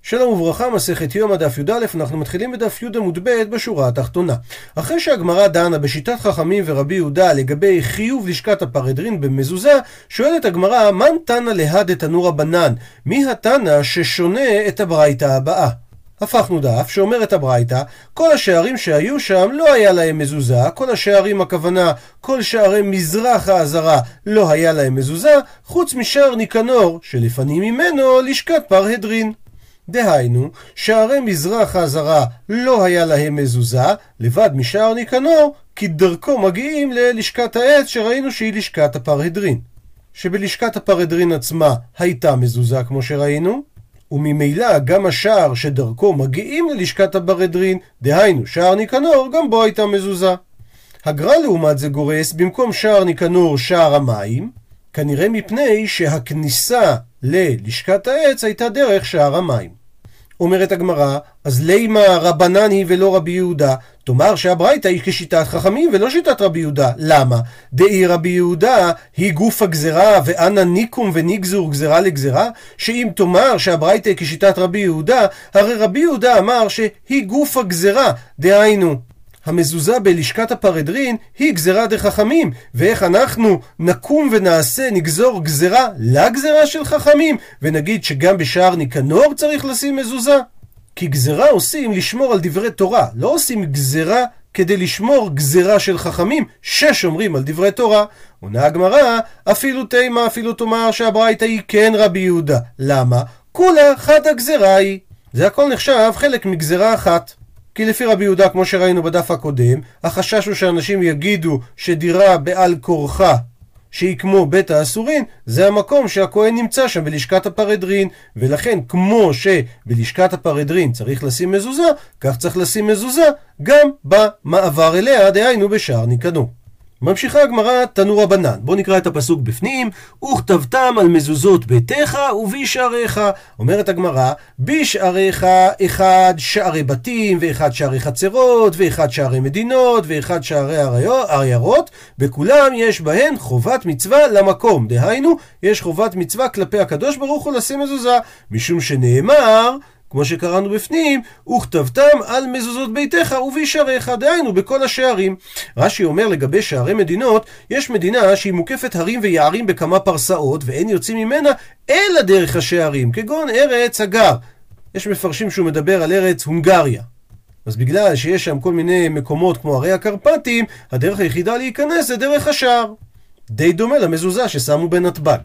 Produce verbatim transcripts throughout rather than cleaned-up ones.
שלום וברכה, מסכת יומא דף י"א, אנחנו מתחילים בדף י' עמוד ב' בשורה התחתונה. אחרי שהגמרא דנה בשיטת חכמים ורבי יהודה לגבי חיוב לשכת הפרדרין במזוזה, שואלת הגמרא, מן תנא להד דתנו רבנן? מי התנא ששונה את הברייתא הבאה? הפכנו דף שאומרת הברייתא, כל השערים שהיו שם לא היה להם מזוזה, כל השערים הכוונה, כל שערי מזרח העזרה לא היה להם מזוזה, חוץ משער ניקנור שלפנים ממנו לשכת פרהדרין. דהיינו, שערי מזרח העזרה לא היה להם מזוזה, לבד משער ניקנור, כי דרכו מגיעים ללשכת העץ שראינו שהיא לשכת הפרהדרין. שבלשכת הפרהדרין עצמה הייתה מזוזה כמו שראינו, וממילא גם השער שדרכו מגיעים ללשכת הפרהדרין, דהיינו שער ניקנור, גם בו הייתה מזוזה. הגר"א לעומת זה גורס במקום שער ניקנור שער המים, כנראה מפני שהכניסה ללשכת העץ הייתה דרך שער המים. אומרת הגמרא, אז לימה רבנן היא ולא רבי יהודה? תאמר שהברייתא היא כשיטת חכמים ולא שיטת רבי יהודה. למה? דאי רבי יהודה היא גוף הגזרה ואנא ניקום ונגזור גזרה לגזרה? שאם תאמר שהברייתא היא כשיטת רבי יהודה, הרי רבי יהודה אמר שהיא גוף הגזרה, דהיינו המזוזה בלשכת הפרהדרין היא גזרה דחכמים, ואיך אנחנו נקום ונעשה, נגזור גזרה לגזרה של חכמים, ונגיד שגם בשער ניקנור צריך לשים מזוזה? כי גזרה עושים לשמור על דברי תורה, לא עושים גזרה כדי לשמור גזרה של חכמים ששומרים על דברי תורה. עונה הגמרא, אפילו תימה, אפילו תאמר שהברייתא היא כן רבי יהודה. למה? כולה חד הגזרה היא. זה הכל נחשב חלק מגזרה אחת. כי לפי רבי יהודה, כמו שראינו בדף הקודם, החשש הוא שאנשים יגידו שדירה בעל כורחה שהיא כמו בית האסורין, זה המקום שהכהן נמצא שם בלשכת הפרהדרין, ולכן כמו שבלשכת הפרהדרין צריך לשים מזוזה, כך צריך לשים מזוזה גם במעבר אליה, דהיינו בשער ניקנור. ממשיכה הגמרא, תנו רבנן. בואו נקרא את הפסוק בפנים. וכתבתם על מזוזות ביתך ובשעריך. אומרת הגמרא, בשעריך אחד שערי בתים, ואחד שערי חצרות, ואחד שערי מדינות, ואחד שערי עיירות, בכולם יש בהן חובת מצווה למקום. דהיינו, יש חובת מצווה כלפי הקדוש ברוך הוא לשים מזוזה, משום שנאמר, כמו שקראנו בפנים, וכתבתם על מזוזות ביתך ובשעריך, דהיינו בכל השערים. רש"י אומר לגבי שערי מדינות, יש מדינה שהיא מוקפת הרים ויערים בכמה פרסאות, ואין יוצאים ממנה אלא דרך השערים, כגון ארץ הגר. יש מפרשים שהוא מדבר על ארץ הונגריה. אז בגלל שיש שם כל מיני מקומות כמו הרי הקרפטים, הדרך היחידה להיכנס זה דרך השער. די דומה למזוזה ששמו בנתב"ג.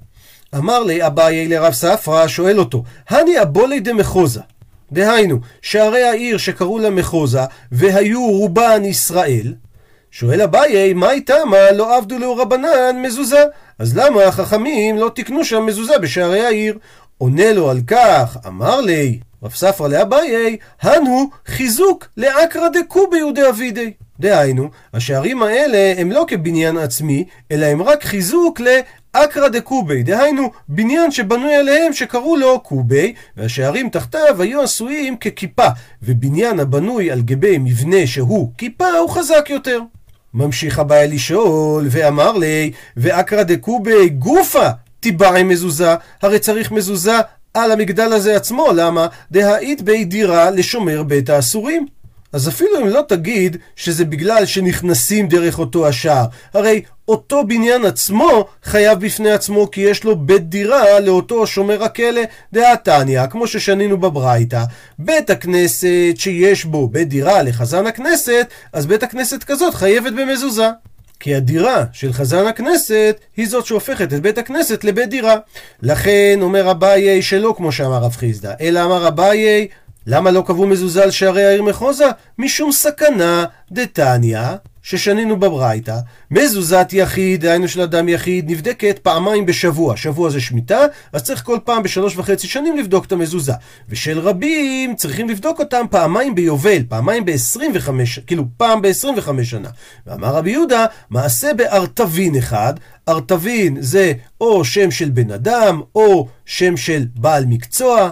אמר לי אביי לרב ספרא, שואל אותו, הני אבולי דמחוזה, דהיינו שערי העיר שקראו לה מחוזה והיו רובן ישראל. שואל אביי, מה איתמה לא עבדו לו רבנן מזוזה? אז למה החכמים לא תקנו שם מזוזה בשערי העיר? עונה לו על כך, אמר לי רב ספרא לאביי, הנו חיזוק לאקרא דקובי ודאבידי. דהיינו, השערים האלה הם לא כבניין עצמי, אלא הם רק חיזוק לאקרא דקובי, דהיינו בניין שבנוי עליהם שקראו לו קובי, והשערים תחתיו היו עשויים ככיפה, ובניין הבנוי על גבי מבנה שהוא כיפה הוא חזק יותר. ממשיך אביי לשאול, ואמר לי, ואקרא דקובי גופה תיבעי מזוזה, הרי צריך מזוזה על המגדל הזה עצמו. למה? דהאית בי דירה לשומר בית האסורים. אז אפילו אם לא תגיד שזה בגלל שנכנסים דרך אותו השער, הרי אותו בניין עצמו חייב בפני עצמו, כי יש לו בית דירה לאותו שומר הכלא. דעתניא, כמו ששנינו בברייתא, בית הכנסת שיש בו בית דירה לחזן הכנסת, אז בית הכנסת כזאת חייבת במזוזה, כי הדירה של חזן הכנסת היא זאת שהופכת את בית הכנסת לבית דירה. לכן אומר אביי שלא כמו שאמר רב חיסדא, אלא אמר אביי, למה לא קבעו מזוזה על שערי העיר מחוזה? משום סכנה דתניא, ששנינו בברייתא, מזוזת יחיד, דהיינו של אדם יחיד, נבדקת פעמיים בשבוע. שבוע זה שמיטה, אז צריך כל פעם בשלוש וחצי שנים לבדוק את המזוזה. ושל רבים צריכים לבדוק אותם פעמיים ביובל, פעמיים ב-עשרים וחמש, כאילו פעם ב-עשרים וחמש שנה. ואמר רבי יהודה, מעשה בארתבין אחד. ארתבין זה או שם של בן אדם, או שם של בעל מקצוע,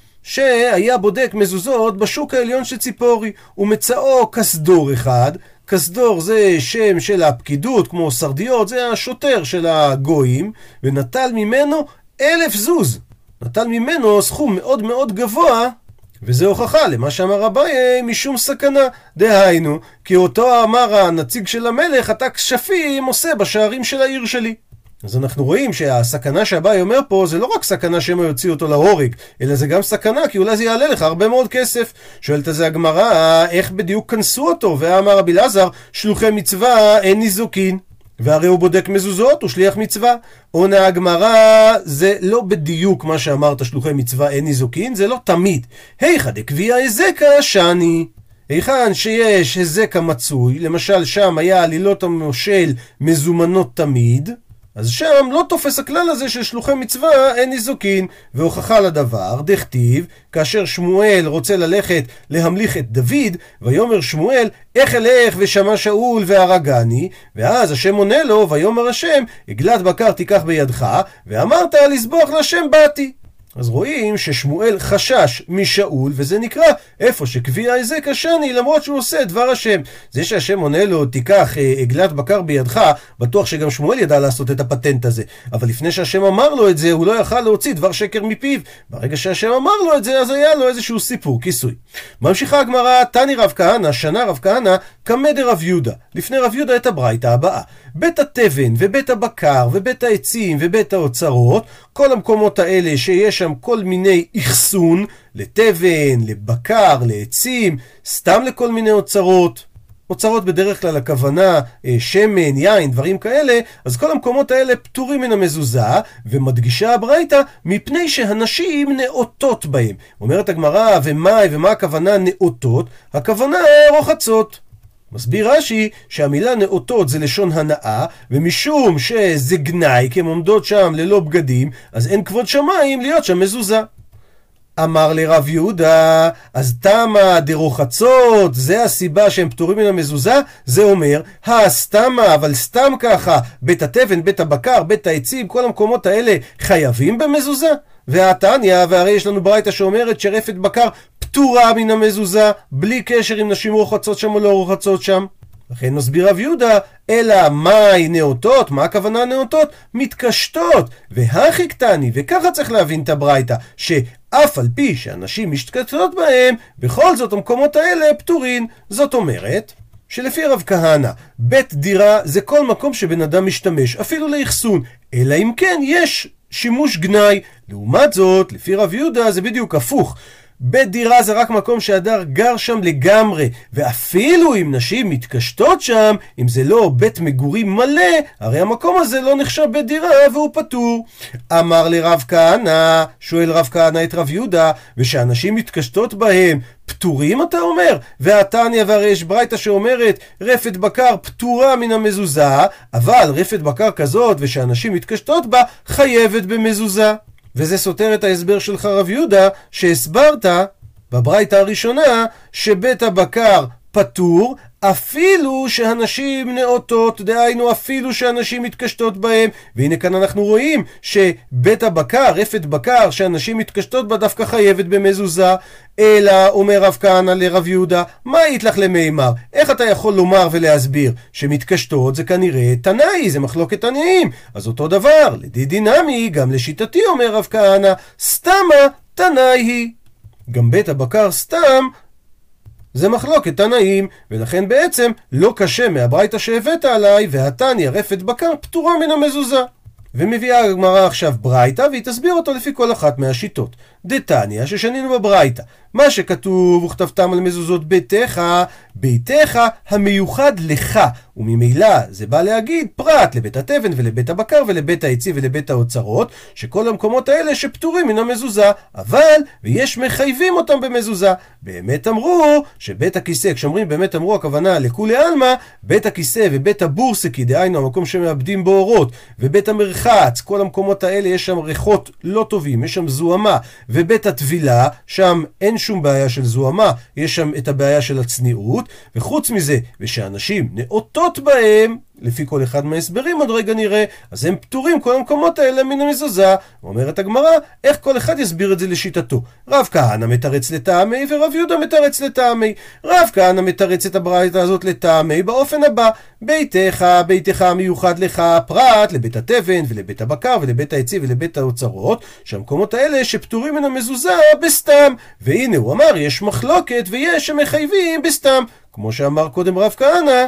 שהיה בודק מזוזות בשוק העליון של ציפורי, ומצאו כסדור אחד. כסדור זה שם של הפקידות, כמו סרדיות, זה השוטר של הגויים, ונטל ממנו אלף זוז. נטל ממנו סכום מאוד מאוד גבוה, וזה הוכחה למה שאמר אביי משום סכנה. דהיינו, כי אותו אמר הנציג של המלך, אתה כשפים עושה בשערים של העיר שלי. אז אנחנו רואים שהסכנה שאביי אומר פה זה לא רק סכנה שמא יוציא אותו להורג, אלא זה גם סכנה כי אולי זה יעלה לך הרבה מאוד כסף. שואלת על זה הגמרא, איך בדיוק כנסו אותו? ואמר רבי אלעזר, שלוחי מצווה אין ניזוקין, והרי הוא בודק מזוזות, הוא שליח מצווה. עונה הגמרא, זה לא בדיוק מה שאמרת, שלוחי מצווה אין ניזוקין, זה לא תמיד. היכא דקביע היזקה שני, היכן שיש היזק המצוי, למשל שם היה עלילות המושל מזומנות תמיד, אז שם לא תופס הכלל הזה של שלוחי מצווה אין ניזוקין. והוכחה לדבר, דכתיב, כאשר שמואל רוצה ללכת להמליך את דוד, ויאמר שמואל, איך אלך ושמע שאול והרגני, ואז השם עונה לו, ויאמר השם, עגלת בקר תיקח בידך, ואמרת לסבוח לשם באתי. אז רואים ששמואל חשש משאול, וזה נקרא איפה שקביע היזק השני, למרות שהוא עושה דבר השם. זה שהשם עונה לו תיקח עגלת בקר בידך, בטוח שגם שמואל ידע לעשות את הפטנט הזה, אבל לפני שהשם אמר לו את זה הוא לא יכל להוציא דבר שקר מפיו. ברגע שהשם אמר לו את זה אז היה לו איזשהו סיפור כיסוי. ממשיכה הגמרא, תני רב כהנא, שנה רב כהנא כמד רב יהודה. לפני רב יהודה את הברייתא הבאה, בית התבן ובית הבקר ובית העצים ובית האוצרות, כל המקומות האלה שיש שם כל מיני אחסון לתבן, לבקר, לעצים, סתם לכל מיני אוצרות. אוצרות בדרך כלל הכוונה שמן, יין, דברים כאלה, אז כל המקומות האלה פטורים מן המזוזה, ומדגישה הברייתא מפני שהנשים נאותות בהם. אומרת הגמרא, ומה, ומה הכוונה נאותות? הכוונה רוחצות. מסביר רש"י שהמילה נאותות זה לשון הנאה, ומשום שזה גנאי כי הן עומדות שם ללא בגדים, אז אין כבוד שמיים להיות שם מזוזה. אמר לרב יהודה, אז תמה דרוחצות, זה הסיבה שהם פטורים מן המזוזה? זה אומר, הסתמה, אבל סתם ככה, בית התבן, בית הבקר, בית העצים, כל המקומות האלה חייבים במזוזה? והתניא, והרי יש לנו ברייתא שאומרת שרפת בקר פטורה מן המזוזה, בלי קשר אם נשים רוחצות שם או לא רוחצות שם. לכן מסביר רב יהודה, אלא מהי נאותות? מה הכוונה נאותות? מתקשטות, והכי קטני, וככה צריך להבין את הברייתא, שאף על פי שאנשים משתקשטות בהם, בכל זאת המקומות האלה פטורין. זאת אומרת שלפי רב כהנא, בית דירה זה כל מקום שבן אדם משתמש, אפילו לאחסון, אלא אם כן יש שימוש גנאי. לעומת זאת, לפי רב יהודה זה בדיוק הפוך. בית דירה זה רק מקום שהדר גר שם לגמרי, ואפילו אם נשים מתקשטות שם, אם זה לא בית מגורים מלא, הרי המקום הזה לא נחשב בית דירה והוא פטור. אמר לרב כהנא, שואל רב כהנא את רב יהודה, ושאנשים מתקשטות בהם פטורים אתה אומר? והתניא, והרי יש ברייתא שאומרת רפת בקר פטורה מן המזוזה, אבל רפת בקר כזאת ושאנשים מתקשטות בה חייבת במזוזה. וזה סותר את ההסבר שלך רב יהודה שהסברת בברייתא הראשונה שבית הבקר פטור אפילו שהנשים נאותות, דהיינו אפילו שהנשים מתקשטות בהם. והנה כאן אנחנו רואים שבית הבקר, רפת בקר שהנשים מתקשטות בה דווקא חייבת במזוזה. אלא אומר רב כהנא לרב יהודה, מה היית לך למימר? איך אתה יכול לומר ולהסביר שמתקשטות זה כנראה תנאי, זה מחלוקת תנאים? אז אותו דבר, לדידי נמי, גם לשיטתי אומר רב כהנא, סתמה תנאי היא. גם בית הבקר סתם זה מחלוקת תנאים, ולכן בעצם לא קשה מהברייתא שהבאת עליי, והתניא רפת בקר פטורה מן המזוזה. ומביאה הגמרא עכשיו ברייתא, והיא תסביר אותו לפי כל אחת מהשיטות. דתניא ששנינו בברייתא, מה שכתוב וכתבתם על מזוזות ביתך, ביתך המיוחד לך, וממילא זה בא להגיד פרט לבית התבן ולבית הבקר ולבית העצי ולבית האוצרות, שכל המקומות האלה שפטורים מן המזוזה, אבל ויש מחייבים אותם במזוזה. באמת אמרו שבית הכיסא, כשאומרים באמת אמרו הכוונה לכולי עלמא, בית הכיסא ובית הבורסקי, דהיינו המקום שמאבדים בו אורות, ובית המרחץ, כל המקומות האלה יש שם ריחות לא טובים, יש שם זוהמה, ובית הטבילה, שם אין שום בעיה של זוהמה, יש שם את הבעיה של הצניעות, וחוץ מזה, ושאנשים נאותות בהם, לפי כל אחד מההסברים עוד רגע נראה, אז הם פטורים כל המקומות האלה מן המזוזה. אומרת הגמרא, איך כל אחד יסביר את זה לשיטתו? רב כהנא מתרץ לטעמי ורב יהודה מתרץ לטעמי. רב כהנא מתרץ את הברייתא הזאת לטעמי באופן הבא: ביתך, ביתך מיוחד לך, פרט לבית התבן ולבית הבקר ולבית העצי ולבית האוצרות, שהמקומות האלה שפטורים מן המזוזה בסתם. והנה הוא אמר, יש מחלוקת ויש שמחייבים בסתם, כמו שאמר קודם רב כהנא,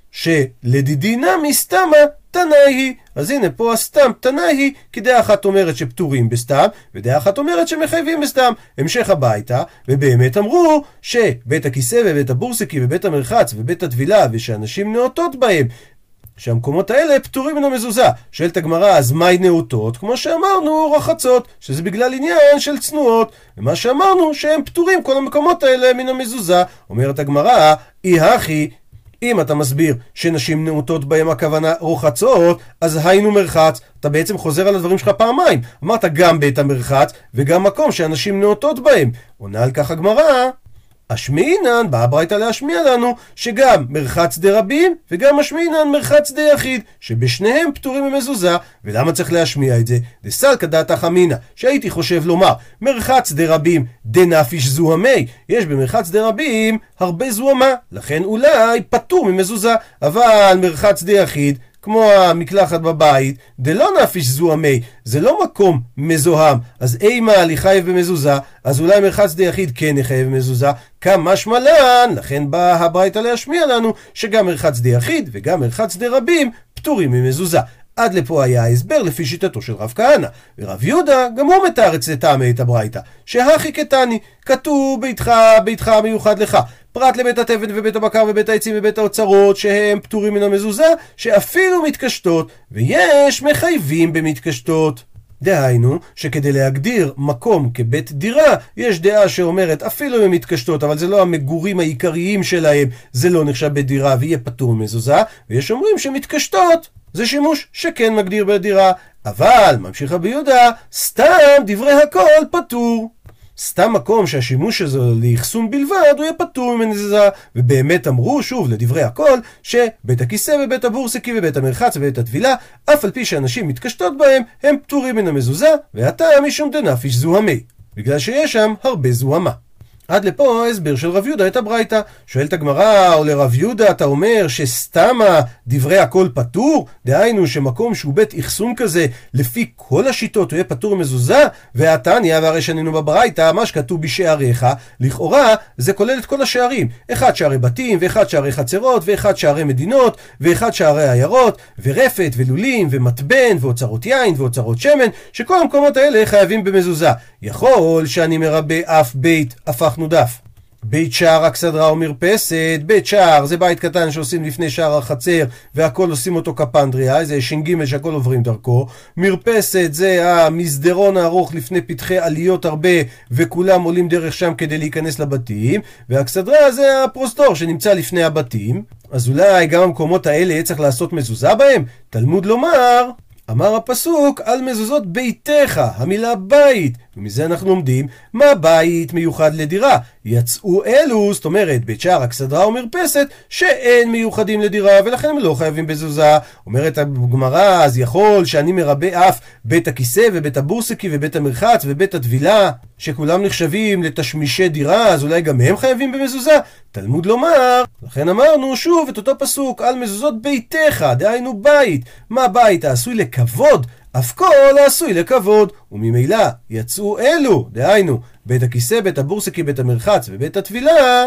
שלדידינא מסתמא תנאי היא. אז הנה פה הסתם תנאי היא, כי דעה אחת אומרת שפטורים בסתם ודעה אחת אומרת שמחייבים בסתם. המשך הביתה, ובאמת אמרו שבית הכיסא ובית הבורסקי ובית המרחץ ובית הטבילה ושאנשים נאותות בהם, שהמקומות האלה פטורים מן המזוזה. שואלת הגמרא, אז מהי נאותות? כמו שאמרנו, רחצות, שזה בגלל עניין של צנועות, ומה שאמרנו שהם פטורים כל המקומות האלה מן המזוזה. אומרת הגמרא, אי הכי, אם אתה מסביר שנשים נאותות בהם הכוונה רוחצות, אז היינו מרחץ, אתה בעצם חוזר על הדברים שלך פעמיים. אמרת גם בית המרחץ וגם מקום שאנשים נאותות בהם. עונה על כך הגמרא, השמיעינן, באה הברייתא להשמיע לנו שגם מרחץ דה רבים וגם משמיעינן מרחץ דה יחיד, שבשניהם פטורים ממזוזה. ולמה צריך להשמיע את זה? דסלקא דעתא חמינא, שהייתי חושב לומר מרחץ דה רבים דה נפיש זוהמי, יש במרחץ דה רבים הרבה זוהמה, לכן אולי פטור ממזוזה. אבל מרחץ דה יחיד, כמו המקלחת בבית, דלא נפיש זוהמי, זה לא מקום מזוהם, אז אימה לחייב במזוזה, אז אולי מרחץ דה יחיד כן יחייב במזוזה, כמשמע לן. לכן באה הברייתא להשמיע לנו שגם מרחץ דה יחיד וגם מרחץ דה רבים פטורים ממזוזה. עד לפה היה ההסבר לפי שיטתו של רב כהנא. ורב יהודה גם הוא מתרץ לטעמי את הברייתא, שהכי קטני, כתוב ביתך, ביתך מיוחד לך, פרט לבית התבן ובית הבקר ובית העצים ובית האוצרות, שהם פטורים מן המזוזה, שאפילו מתקשטות, ויש מחייבים במתקשטות. דהיינו, שכדי להגדיר מקום כבית דירה, יש דעה שאומרת אפילו אם מתקשטות, אבל זה לא המגורים העיקריים שלהם, זה לא נחשב בית דירה ויהיה פטור ממזוזה. ויש אומרים שמתקשטות זה שימוש שכן מגדיר בית דירה. אבל, ממשיך רבי יהודה, סתם דברי הכל פטור. סתם מקום שהשימוש הזה לאחסון בלבד הוא יהיה פטור ממזוזה. ובאמת אמרו, שוב לדברי הכל, שבית הכיסא ובית הבורסקי ובית המרחץ ובית הטבילה, אף על פי שאנשים מתקשטות בהם, הם פטורים מן המזוזה, והטעם משום דנפיש זוהמי, בגלל שיש שם הרבה זוהמה. עד לפה ההסבר של רב יהודה את הברייתא. שואלת הגמרא, או לרב יהודה אתה אומר שסתמה דברי הכל פטור? דהיינו שמקום שהוא בית אחסון כזה, לפי כל השיטות הוא יהיה פטור ממזוזה? והתניא, והרי שנינו בברייתא, מה שכתוב בשעריך, לכאורה זה כולל את כל השערים. אחד שערי בתים, ואחד שערי חצרות, ואחד שערי מדינות, ואחד שערי עיירות, ורפת, ולולים, ומטבן, ואוצרות יין, ואוצרות שמן, שכל המקומות האלה חייבים במזוזה. יכול שאני מרבה אף בית הפכנו דף. בית שער אכסדרה ומרפסת, בית שער זה בית קטן שעושים לפני שער החצר והכל עושים אותו כפנדריה, זה ש"ג שהכל עוברים דרכו. מרפסת זה המסדרון הארוך לפני פתחי עליות הרבה וכולם עולים דרך שם כדי להיכנס לבתים, ואכסדרה זה הפרוזדור שנמצא לפני הבתים. אז אולי גם המקומות האלה צריך לעשות מזוזה בהם? תלמוד לומר, אמר הפסוק על מזוזות ביתך, המילה בית, ומזה אנחנו לומדים מה בית מיוחד לדירה. יצאו אלו, זאת אומרת בית שער אכסדרה ומרפסת, שאין מיוחדים לדירה ולכן הם לא חייבים במזוזה. אומרת הגמרא, אז יכול שאני מרבה אף בית הכיסא ובית הבורסקי ובית המרחץ ובית הטבילה, שכולם נחשבים לתשמישי דירה, אז אולי גם הם חייבים במזוזה? תלמוד לומר, לכן אמרנו שוב את אותו פסוק על מזוזות ביתך, דהיינו בית. מה בית? העשוי לכבוד, אף כל העשוי לכבוד, וממילא יצאו אלו, דהיינו בית הכיסא, בית הבורסקי, בית המרחץ ובית הטבילה,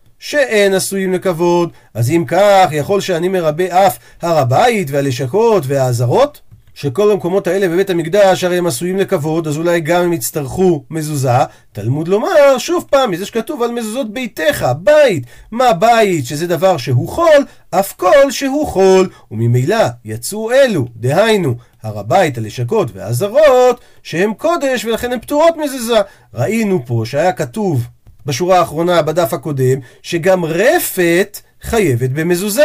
שאין עשויים לכבוד. אז אם כך, יכול שאני מרבה אף הר הבית והלשכות והעזרות, שכל המקומות האלה בבית המקדש הרי הם עשויים לכבוד, אז אולי גם הם יצטרכו מזוזה. תלמוד לומר, שוב פעם, מזה שכתוב על מזוזות ביתך, בית. מה בית? שזה דבר שהוא חול, אף כל שהוא חול, וממילא יצאו אלו, דהיינו הר הבית, הלשכות והעזרות, שהם קודש ולכן הם פטורות מזוזה. ראינו פה שהיה כתוב בשורה האחרונה בדף הקודם, שגם רפת חייבת במזוזה.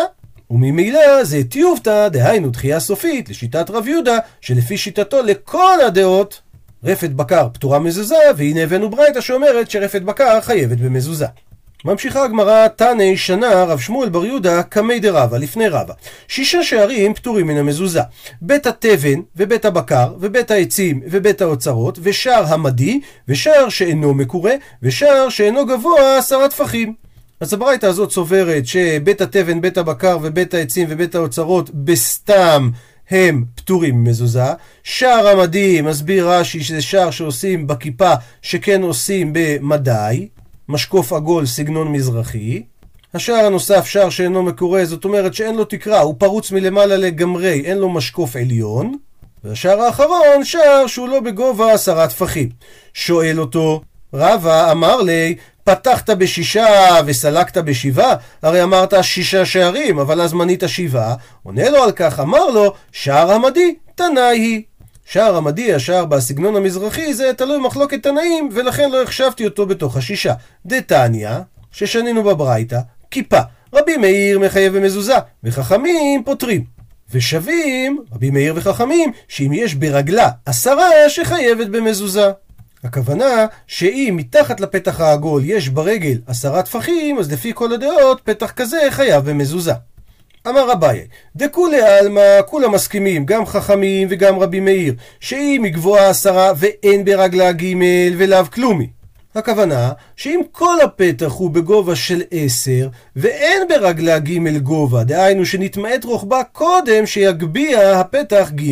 וממילא זה טיובתא, דהיינו דחייה סופית, לשיטת רב יהודה, שלפי שיטתו לכל הדעות רפת בקר פטורה מזוזה, והנה הבאנו ברייתא שאומרת שרפת בקר חייבת במזוזה. ממשיכה הגמרא, תנא שנה רב שמואל בר יהודה קמי דרבא, לפני רבא. שישה שערים פטורים מן המזוזה. בית התבן ובית הבקר ובית העצים ובית האוצרות ושער המדי ושער שאינו מקורה ושער שאינו גבוה עשרה טפחים. אז הברייתא הזאת סוברת שבית התבן, בית הבקר ובית העצים ובית האוצרות בסתם הם פטורים ממזוזה. שער המדי, מסביר רש"י שזה שער שעושים בכיפה שכן עושים במדי, משקוף עגול סגנון מזרחי. השער הנוסף, שער שאינו מקורה, זאת אומרת שאין לו תקרה, הוא פרוץ מלמעלה לגמרי, אין לו משקוף עליון. והשער האחרון, שער שהוא לא בגובה עשרה טפחים. שואל אותו רבא, אמר לי, פתחת בשישה וסלקת בשבעה? הרי אמרת שישה שערים, אבל אז מנית שבעה. עונה לו על כך, אמר לו, שער המדי תנאי היא. שער המדי, השער בסגנון המזרחי, זה תלוי מחלוקת תנאים, ולכן לא החשבתי אותו בתוך השישה. דתניא, ששנינו בברייתא, כיפה. רבי מאיר מחייב במזוזה, וחכמים פותרים. ושווים, רבי מאיר וחכמים, שאם יש ברגלה עשרה שחייבת במזוזה. הכוונה שאם מתחת לפתח העגול יש ברגל עשרה טפחים, אז לפי כל הדעות פתח כזה חייב במזוזה. אמר אביי, דכולי עלמא, כולם מסכימים, גם חכמים וגם רבי מאיר, שאם היא גבוהה עשרה ואין ברגלה ג' ולאו כלומי. הכוונה שאם כל הפתח הוא בגובה של עשר ואין ברגלה ג' גובה, דהיינו שנתמעט רוחבה קודם שיגביע הפתח ג',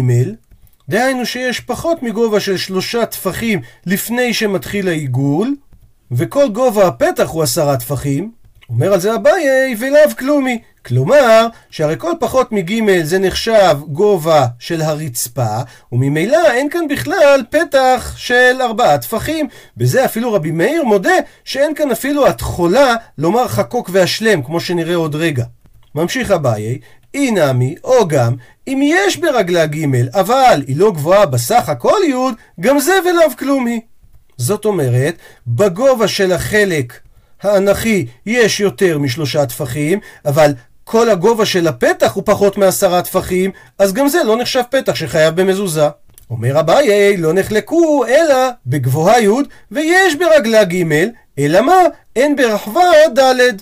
דהיינו שיש פחות מגובה של שלושה טפחים לפני שמתחיל העיגול, וכל גובה הפתח הוא עשרה טפחים, אומר על זה אביי ולאו כלומי. כלומר, שהרי כל פחות מג' זה נחשב גובה של הרצפה, וממילא אין כאן בכלל פתח של ארבעה טפחים. בזה אפילו רבי מאיר מודה שאין כאן אפילו התחולה לומר חקוק והשלם, כמו שנראה עוד רגע. ממשיך אביי, אינמי, או גם, אם יש ברגלה ג' אבל היא לא גבוהה בסך הכל י', גם זה ולאו כלומי. זאת אומרת, בגובה של החלק האנכי יש יותר משלושה טפחים, אבל כל הגובה של הפתח הוא פחות מעשרה טפחים, אז גם זה לא נחשב פתח שחייב במזוזה. אומר אביי, לא נחלקו אלא בגבוהה י' ויש ברגלה ג', אלא מה? אין ברחבה ד',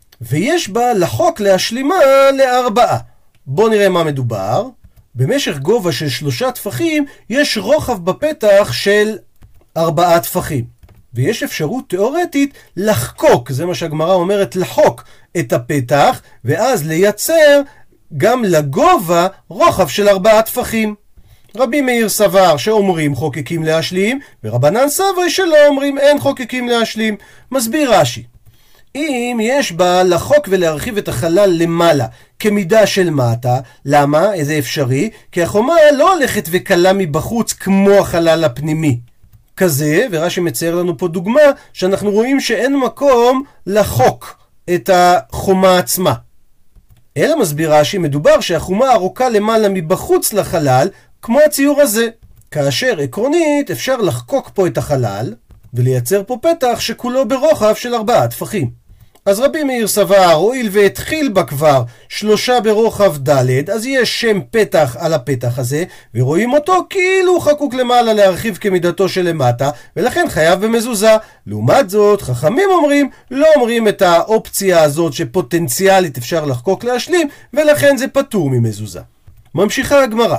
ויש בה לחוק להשלימה לארבעה. בואו נראה מה מדובר. במשך גובה של שלושה טפחים יש רוחב בפתח של ארבעה טפחים, ויש אפשרות תיאורטית לחקוק, זה מה שהגמרא אומרת, לחוק את הפתח, ואז לייצר גם לגובה רוחב של ארבעה טפחים. רבי מאיר סבר שאומרים חוקקים להשלים, ורבנן סברי שלא אומרים אין חוקקים להשלים. מסביר רש"י, אם יש בה לחוק ולהרחיב את החלל למעלה כמידה של מטה, למה? איזה אפשרי? כי החומה לא הולכת וקלה מבחוץ כמו החלל הפנימי כזה, ורש"י מצייר לנו פה דוגמה שאנחנו רואים שאין מקום לחוק את החומה עצמה. אלא מסביר רש"י, מדובר שהחומה ארוכה למעלה מבחוץ לחלל כמו הציור הזה, כאשר עקרונית אפשר לחקוק פה את החלל ולייצר פה פתח שכולו ברוחב של ארבעה טפחים. אז רבי מאיר סבר, הואיל והתחיל בה כבר שלושה ברוחב ד', אז יש שם פתח על הפתח הזה, ורואים אותו כאילו הוא חקוק למעלה להרחיב כמידתו של למטה, ולכן חייב במזוזה. לעומת זאת, חכמים אומרים, לא אומרים את האופציה הזאת שפוטנציאלית אפשר לחקוק להשלים, ולכן זה פטור ממזוזה. ממשיכה הגמרא.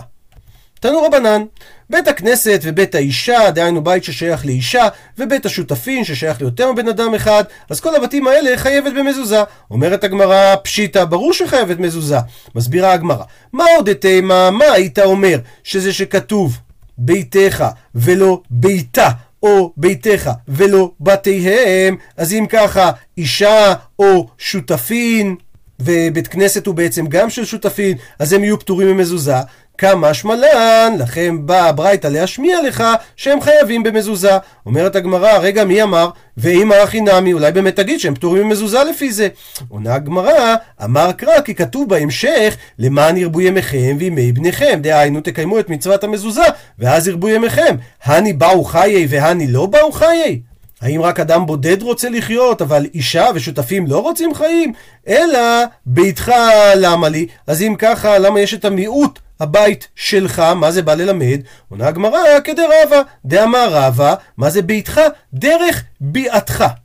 תנו רבנן, בית הכנסת ובית האישה, דהיינו בית ששייך לאישה, ובית השותפין ששייך ליותר מבן אדם אחד, אז כל הבתים האלה חייבת במזוזה. אומרת הגמרא, פשיטה, ברור שחייבת מזוזה. מסבירה הגמרא, מה עוד תימה, מה היית אומר שזה שכתוב ביתך ולא ביתה, או ביתך ולא בתיהם, אז אם ככה אישה או שותפין, ובית כנסת הוא בעצם גם של שותפין, אז הם יהיו פטורים ממזוזה. כמה שמלן, לכם בא הברייתא להשמיע לך שהם חייבים במזוזה. אומרת הגמרא, רגע, מי אמר? ואם הכי נמי, אולי באמת תגיד שהם פטורים ממזוזה לפי זה. עונה הגמרא, אמר קרא, כי כתוב בהמשך, למען ירבו ימיכם וימי בניכם, דהיינו תקיימו את מצוות המזוזה, ואז ירבו ימיכם. הני באו חיי והני לא באו חיי? האם רק אדם בודד רוצה לחיות, אבל אישה ושותפים לא רוצים חיים? אלא ביתך למה לי? אז אם ככה, למה יש את המיעוט? הבית שלך, מה זה בא ללמד? עונה הגמרא כדרבא, דאמר רבא, מה זה ביתך? דרך ביעתך.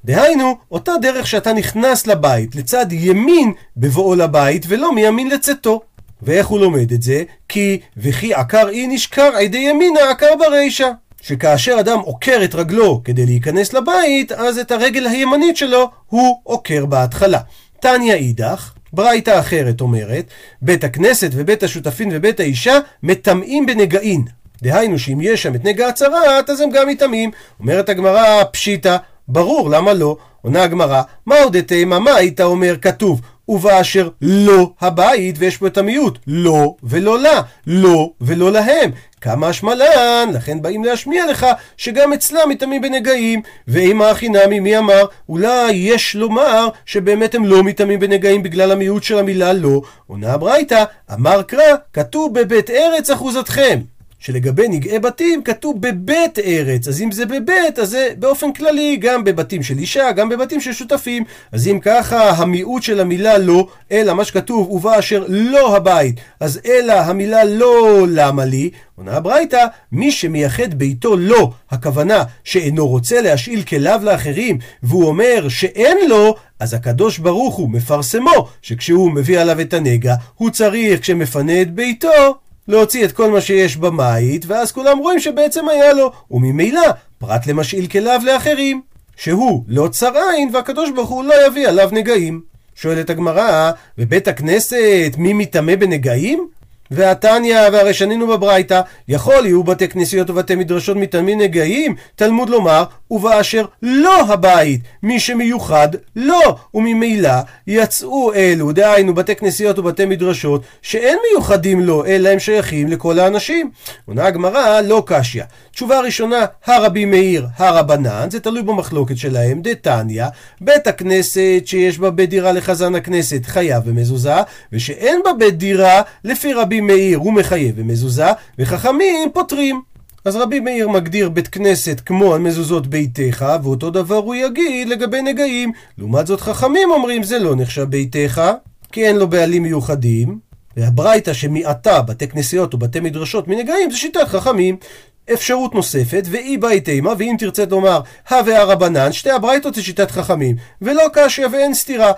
דהיינו, אותה דרך שאתה נכנס לבית לצד ימין בבואו לבית ולא מימין לצאתו. ואיך הוא לומד את זה? כי וכי עקר אי נשקר עדי ימינה עקר ברישה, שכאשר אדם עוקר את רגלו כדי להיכנס לבית, אז את הרגל הימנית שלו הוא עוקר בהתחלה. תניא אידך, ברייתא אחרת אומרת, בית הכנסת ובית השותפין ובית האישה מטמאים בנגעין. דהיינו שאם יש שם את נגע הצרת, אז הם גם מטמאים. אומרת הגמרא פשיטא, ברור, למה לא? עונה הגמרא, מה עוד תימא? מה היית אומר? כתוב ובאשר לא הבית, ויש פה את המיעוט, לא ולא לה, לא ולא להם. כמה השמלן, לכן באים להשמיע לך שגם אצלם מטמאים בנגעים. ואם הכי נמי, מי אמר? אולי יש לומר שבאמת הם לא מטמאים בנגעים בגלל המיעוט של המילה לא. עונה ברייתא, אמר קרא, כתוב בבית ארץ אחוזתכם. שלגבי נגעי בתים כתוב בבית ארץ, אז אם זה בבית, אז זה באופן כללי גם בבתים של אישה, גם בבתים של שותפים. אז אם ככה המיעוט של המילה לא, אלא מה שכתוב ובא אשר לא הבית, אז אלא המילה לא למה לי. עונה ברייתא, מי שמייחד ביתו לא, הכוונה שאינו רוצה להשאיל כליו לאחרים, והוא אומר שאין לו, אז הקדוש ברוך הוא מפרסמו שכשהוא מביא עליו את הנגע, הוא צריך כשמפנה את ביתו להוציא את כל מה שיש במית, ואז כולם רואים שבעצם היה לו, וממילא פרט למשאיל כליו לאחרים, שהוא לא צר עין, והקדוש ברוך הוא לא יביא עליו נגעים. שואלת הגמרא, בבית הכנסת מי מטמא בנגעים? והתניא, והרי שנינו בברייתא, יכול יהיו בתי כנסיות ובתי מדרשות מטמאים נגעים? תלמוד לומר, ובאשר לא הבית, מי שמיוחד לא, וממילא יצאו אלו, דהיינו בתי כנסיות ובתי מדרשות, שאין מיוחדים לו, אלא הם שייכים לכל האנשים. עונה הגמרא, לא קשיא. תשובה ראשונה, הרבי מאיר, הרבנן, זה תלוי במחלוקת שלהם, דתניא, בית הכנסת שיש בה בית דירה לחזן הכנסת חייב במזוזה, ושאין בה בית דירה לפי רבי מאיר הוא מחייב במזוזה, וחכמים פותרים. אז רבי מאיר מגדיר בית כנסת כמו על מזוזות ביתך, ואותו דבר הוא יגיד לגבי נגעים. לעומת זאת חכמים אומרים זה לא נחשב ביתך, כי אין לו בעלים מיוחדים, והברייתא שמעתה בתי כנסיות ובתי מדרשות מנגעים זה שיטת חכמים. אפשרות נוספת, ואי באי תימא, ואם תרצה לומר הווה הרבנן, שתי הברייתות זה שיטת חכמים, ולא קשיא ואין סתירה,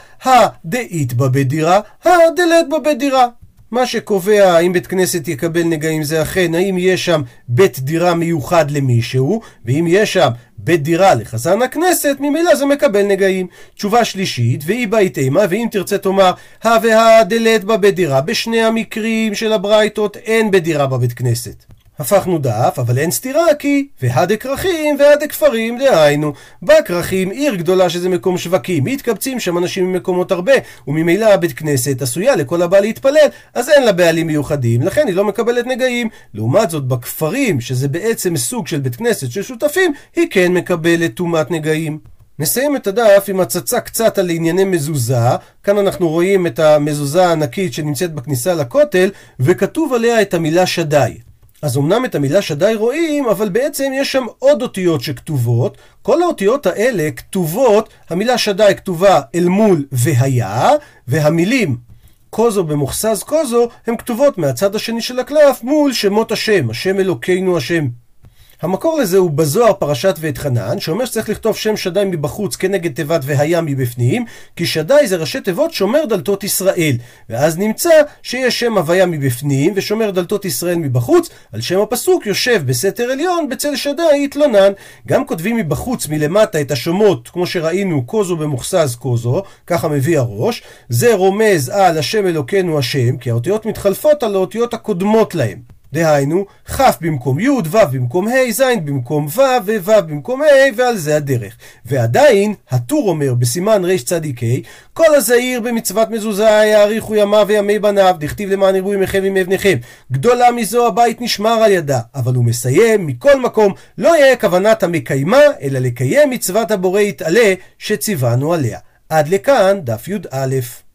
הדאית בבית דירה, הדלת בבית דירה. מה שקובע האם בית כנסת יקבל נגעים זה אכן האם יש שם בית דירה מיוחד למישהו, ואם יש שם בית דירה לחזן הכנסת, ממילא זה מקבל נגעים. תשובה שלישית, ואי באי תימא, ואם תרצה תאמר הווה הדלת בבית דירה, בשני המקרים של הברייתות אין בית דירה בבית כנסת. הפכנו דף, אבל אין סתירה כי והדה כרכים והדה כפרים, דהיינו בכרכים עיר גדולה שזה מקום שווקים, מתקבצים שם אנשים ממקומות הרבה, וממילא הבית כנסת עשויה לכל הבא להתפלל, אז אין לה בעלים מיוחדים, לכן היא לא מקבלת נגעים. לעומת זאת בכפרים, שזה בעצם סוג של בית כנסת של שותפים, היא כן מקבלת טומאת נגעים. נסיים את הדף עם הצצה קצת על ענייני מזוזה. כאן אנחנו רואים את המזוזה הענקית שנמצאת בכניסה לכותל, וכתוב עליה את המילה שדי. אז אמנם את המילה שדי רואים, אבל בעצם יש שם עוד אותיות שכתובות. כל האותיות האלה כתובות, המילה שדי כתובה אל מול והיה, והמילים קוזו במוחסז קוזו הן כתובות מהצד השני של הקלף מול שמות השם, השם אלוקינו השם. המקור לזה הוא בזוהר פרשת ואתחנן, שאומר שצריך לכתוב שם שדי מבחוץ כנגד תיבת והיה מבפנים, כי שדי זה ראשי תיבות שומר דלתות ישראל, ואז נמצא שיש שם הוויה מבפנים ושומר דלתות ישראל מבחוץ. על שם הפסוק יושב בסתר עליון בצל שדי יתלונן. גם כותבים מבחוץ מלמטה את השומות כמו שראינו קוזו במוחסז קוזו, ככה מביא הראש. זה רומז על השם אלוקינו השם, כי האותיות מתחלפות על האותיות הקודמות להם, דהיינו ח' במקום י', ו' במקום ה', ז' במקום ו', וו' במקום ה', ועל זה הדרך. ועדיין הטור אומר בסימן ר' צדיק ה', כל הזהיר במצוות מזוזה יאריכו ימיו וימי בניו, דכתיב למען ירבו ימיכם וימי בניכם. גדולה מזו הבית נשמר על ידה. אבל הוא מסיים מכל מקום, לא יהיה כוונת המקיימה אלא לקיים מצוות הבורא יתעלה שציוונו עליה. עד לכאן דף י"א.